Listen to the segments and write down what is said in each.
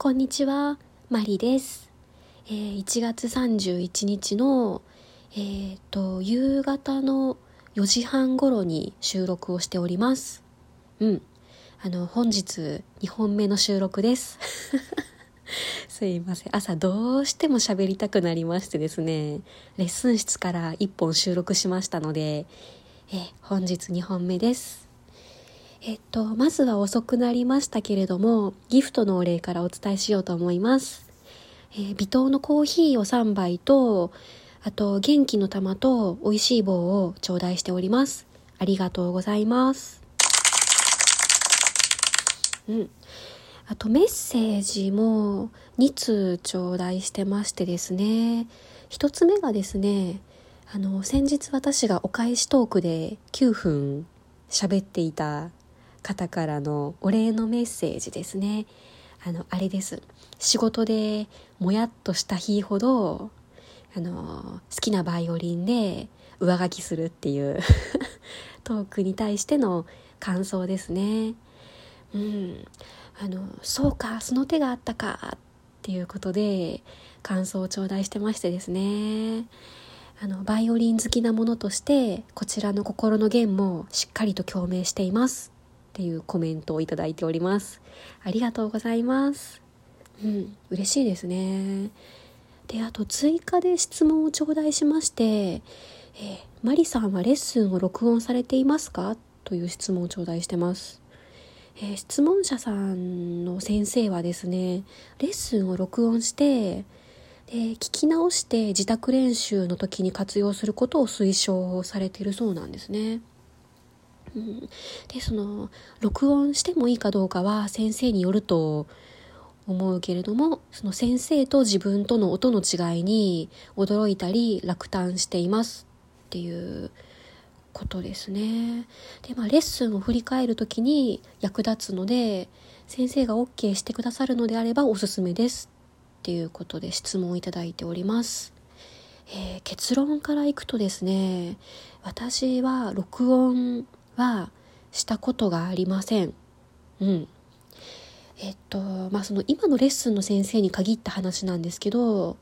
こんにちは、マリです。1月31日の、夕方の4時半頃に収録をしております。本日2本目の収録です。すいません。朝どうしても喋りたくなりましてですね、レッスン室から1本収録しましたので、本日2本目です。まずは遅くなりましたけれども、ギフトのお礼からお伝えしようと思います。微糖のコーヒーを3杯と、あと元気の玉と美味しい棒を頂戴しております。ありがとうございます。あとメッセージも2通頂戴してましてですね、1つ目がですね、先日私がお返しトークで9分喋っていた方からのお礼のメッセージですね。あれです。仕事でもやっとした日ほど好きなバイオリンで上書きするっていうトークに対しての感想ですね。そうか、その手があったかっていうことで感想を頂戴してましてですね、バイオリン好きなものとしてこちらの心の弦もしっかりと共鳴していますっていうコメントをいただいております。ありがとうございます。嬉しいですね。で、あと追加で質問を頂戴しまして、マリさんはレッスンを録音されていますかという質問を頂戴してます。質問者さんの先生はですね、レッスンを録音してで聞き直して自宅練習の時に活用することを推奨されているそうなんですね。で、その録音してもいいかどうかは先生によると思うけれども、その先生と自分との音の違いに驚いたり落胆していますっていうことですね。で、レッスンを振り返るときに役立つので、先生が OK してくださるのであればおすすめですっていうことで質問をいただいております。結論からいくとですね、私は録音はしたことがありません。その今のレッスンの先生に限った話なんですけど、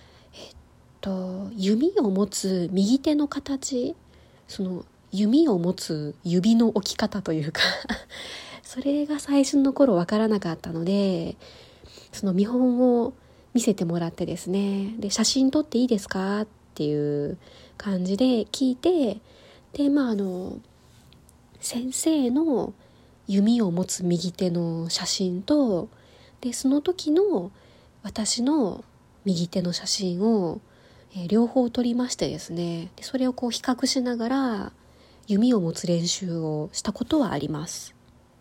弓を持つ右手の形、その弓を持つ指の置き方というかそれが最初の頃わからなかったので、その見本を見せてもらってですね、で写真撮っていいですかっていう感じで聞いて、で先生の弓を持つ右手の写真と、でその時の私の右手の写真を、両方撮りましてですね、でそれをこう比較しながら弓を持つ練習をしたことはあります。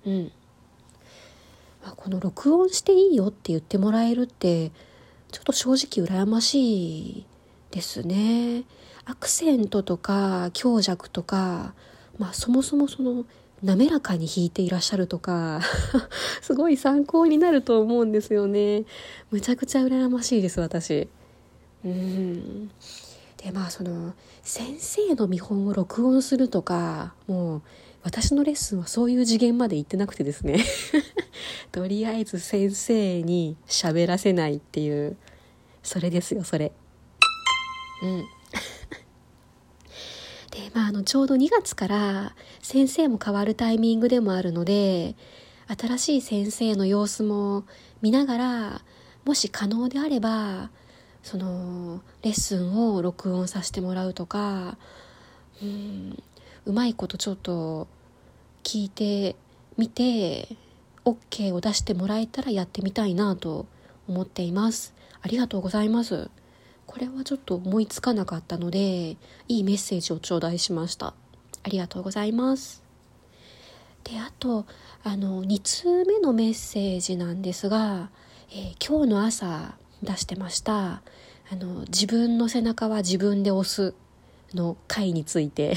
この録音していいよって言ってもらえるってちょっと正直羨ましいですね。アクセントとか強弱とか、そもそもその滑らかに弾いていらっしゃるとかすごい参考になると思うんですよね。むちゃくちゃ羨ましいです、私。で、その先生の見本を録音するとか、もう私のレッスンはそういう次元まで行ってなくてですねとりあえず先生に喋らせないっていう、それですよ、それ。で、ちょうど2月から先生も変わるタイミングでもあるので、新しい先生の様子も見ながら、もし可能であればそのレッスンを録音させてもらうとか、うまいことちょっと聞いてみて OK を出してもらえたらやってみたいなと思っています。ありがとうございます。これはちょっと思いつかなかったので、いいメッセージを頂戴しました。ありがとうございます。で、あと2通目のメッセージなんですが、今日の朝出してました自分の背中は自分で押すの回について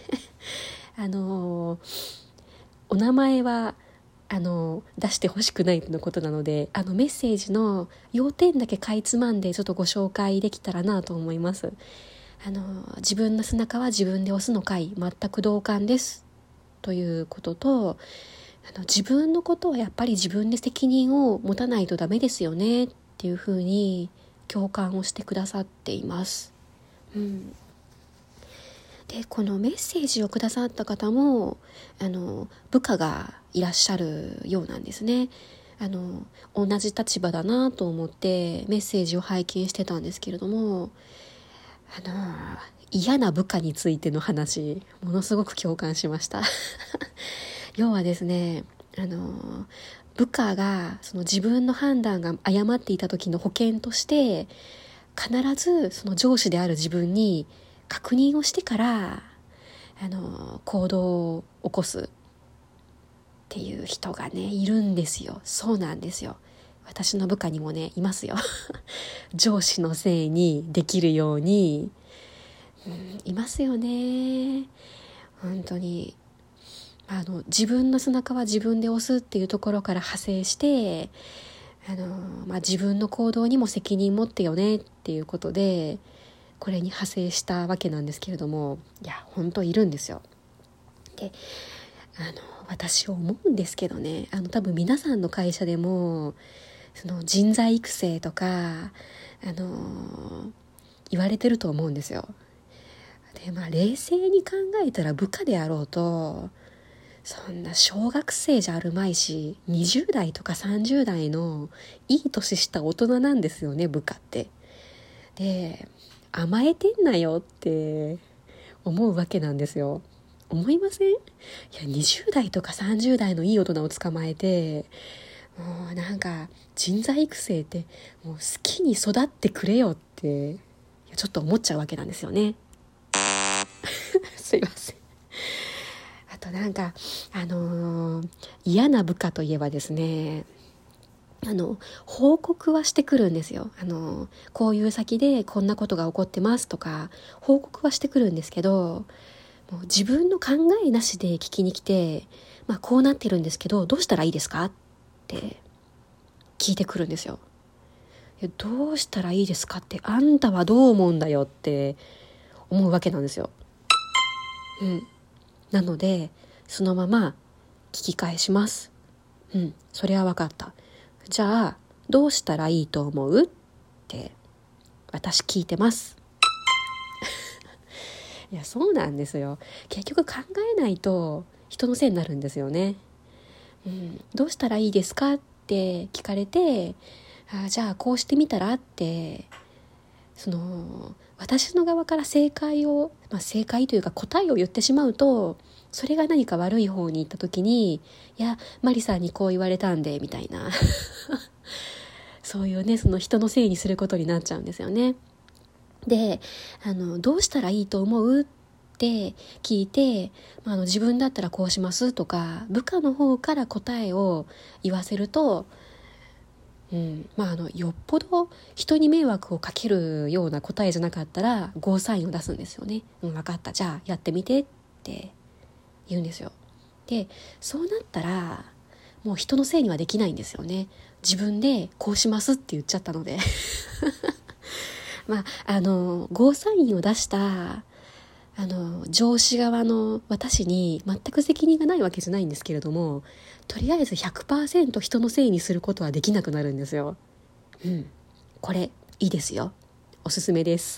お名前は出してほしくないとのことなので、メッセージの要点だけかいつまんでちょっとご紹介できたらなと思います。自分の背中は自分で押すの回全く同感ですということと、 自分のことはやっぱり自分で責任を持たないとダメですよねっていうふうに共感をしてくださっています。でこのメッセージをくださった方も部下がいらっしゃるようなんですね。同じ立場だなと思ってメッセージを拝見してたんですけれども、嫌な部下についての話、ものすごく共感しました要はですね、部下がその自分の判断が誤っていた時の保険として必ずその上司である自分に確認をしてから行動を起こすっていう人がねいるんですよ。そうなんですよ。私の部下にもねいますよ上司のせいにできるように、いますよね。本当に自分の背中は自分で押すっていうところから派生して自分の行動にも責任持ってよねっていうことでこれに派生したわけなんですけれども、いや本当いるんですよ。で私思うんですけどね、多分皆さんの会社でもその人材育成とか言われてると思うんですよ。で冷静に考えたら部下であろうとそんな小学生じゃあるまいし20代とか30代のいい年した大人なんですよね、部下って。で甘えてんなよって思うわけなんですよ。思いません？いや20代とか30代のいい大人を捕まえてもうなんか人材育成ってもう好きに育ってくれよってちょっと思っちゃうわけなんですよねすいません。あとなんか嫌な部下といえばですね、報告はしてくるんですよ。こういう先でこんなことが起こってますとか報告はしてくるんですけど、もう自分の考えなしで聞きに来て、こうなってるんですけどどうしたらいいですかって聞いてくるんですよ。いやどうしたらいいですかってあんたはどう思うんだよって思うわけなんですよ。なのでそのまま聞き返します。それは分かった。じゃあどうしたらいいと思うって私聞いてますいやそうなんですよ。結局考えないと人のせいになるんですよね。どうしたらいいですかって聞かれてじゃあこうしてみたらって私の側から正解というか答えを言ってしまうとそれが何か悪い方に行った時にいやマリさんにこう言われたんでみたいなそういうねその人のせいにすることになっちゃうんですよね。でどうしたらいいと思うって聞いて、自分だったらこうしますとか部下の方から答えを言わせるとよっぽど人に迷惑をかけるような答えじゃなかったらゴーサインを出すんですよね。分かった、じゃあやってみてって言うんですよ。でそうなったらもう人のせいにはできないんですよね。自分でこうしますって言っちゃったのでゴーサインを出した上司側の私に全く責任がないわけじゃないんですけれども、とりあえず 100% 人のせいにすることはできなくなるんですよ。これいいですよ、おすすめです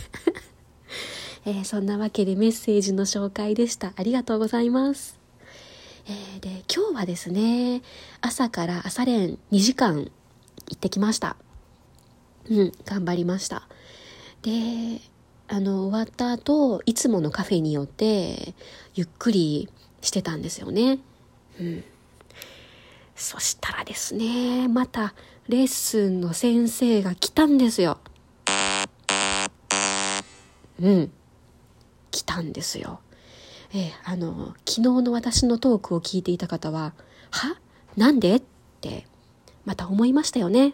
そんなわけでメッセージの紹介でした。ありがとうございます。で今日はですね朝から朝練2時間行ってきました。頑張りました。で終わった後いつものカフェに寄ってゆっくりしてたんですよね。そしたらですねまたレッスンの先生が来たんですよ。来たんですよ。昨日の私のトークを聞いていた方はなんでってまた思いましたよね。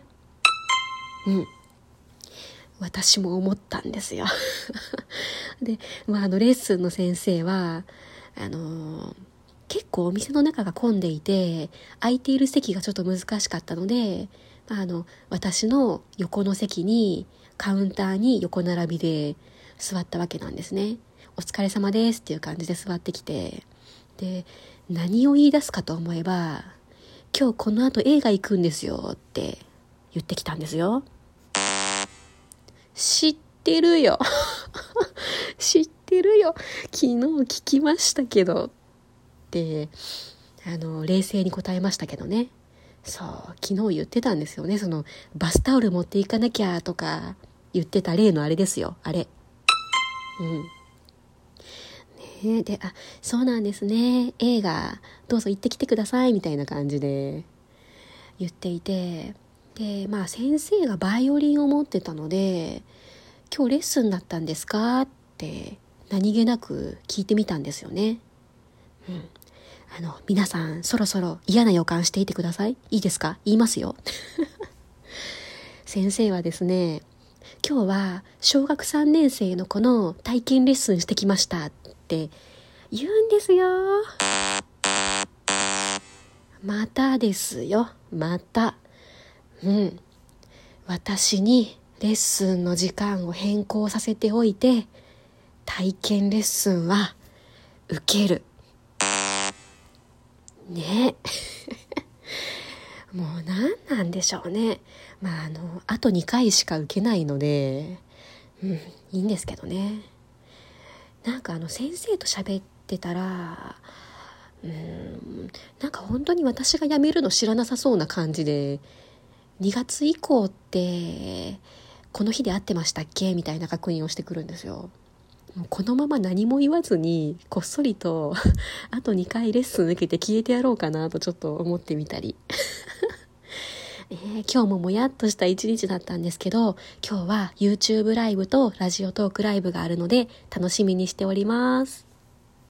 私も思ったんですよで、レッスンの先生は結構お店の中が混んでいて空いている席がちょっと難しかったので、私の横の席にカウンターに横並びで座ったわけなんですね。お疲れ様ですっていう感じで座ってきて、 で、何を言い出すかと思えば、今日この後映画行くんですよって言ってきたんですよ。知ってるよ知ってるよ、昨日聞きましたけどって冷静に答えましたけどね。そう、昨日言ってたんですよね。そのバスタオル持っていかなきゃとか言ってた例のあれですよ、あれ。で、そうなんですね、映画どうぞ行ってきてくださいみたいな感じで言っていて、で、先生がバイオリンを持ってたので、今日レッスンだったんですかって何気なく聞いてみたんですよね。皆さんそろそろ嫌な予感していてください。いいですか？言いますよ。先生はですね、今日は小学3年生の子の体験レッスンしてきましたって言うんですよ。またですよ、また。私にレッスンの時間を変更させておいて、体験レッスンは受ける。ねもう何なんでしょうね。あと2回しか受けないので、いいんですけどね。なんか先生と喋ってたら、なんか本当に私が辞めるの知らなさそうな感じで、2月以降ってこの日で会ってましたっけみたいな確認をしてくるんですよ。もうこのまま何も言わずにこっそりとあと2回レッスン受けて消えてやろうかなとちょっと思ってみたり今日ももやっとした一日だったんですけど、今日は YouTube ライブとラジオトークライブがあるので楽しみにしております。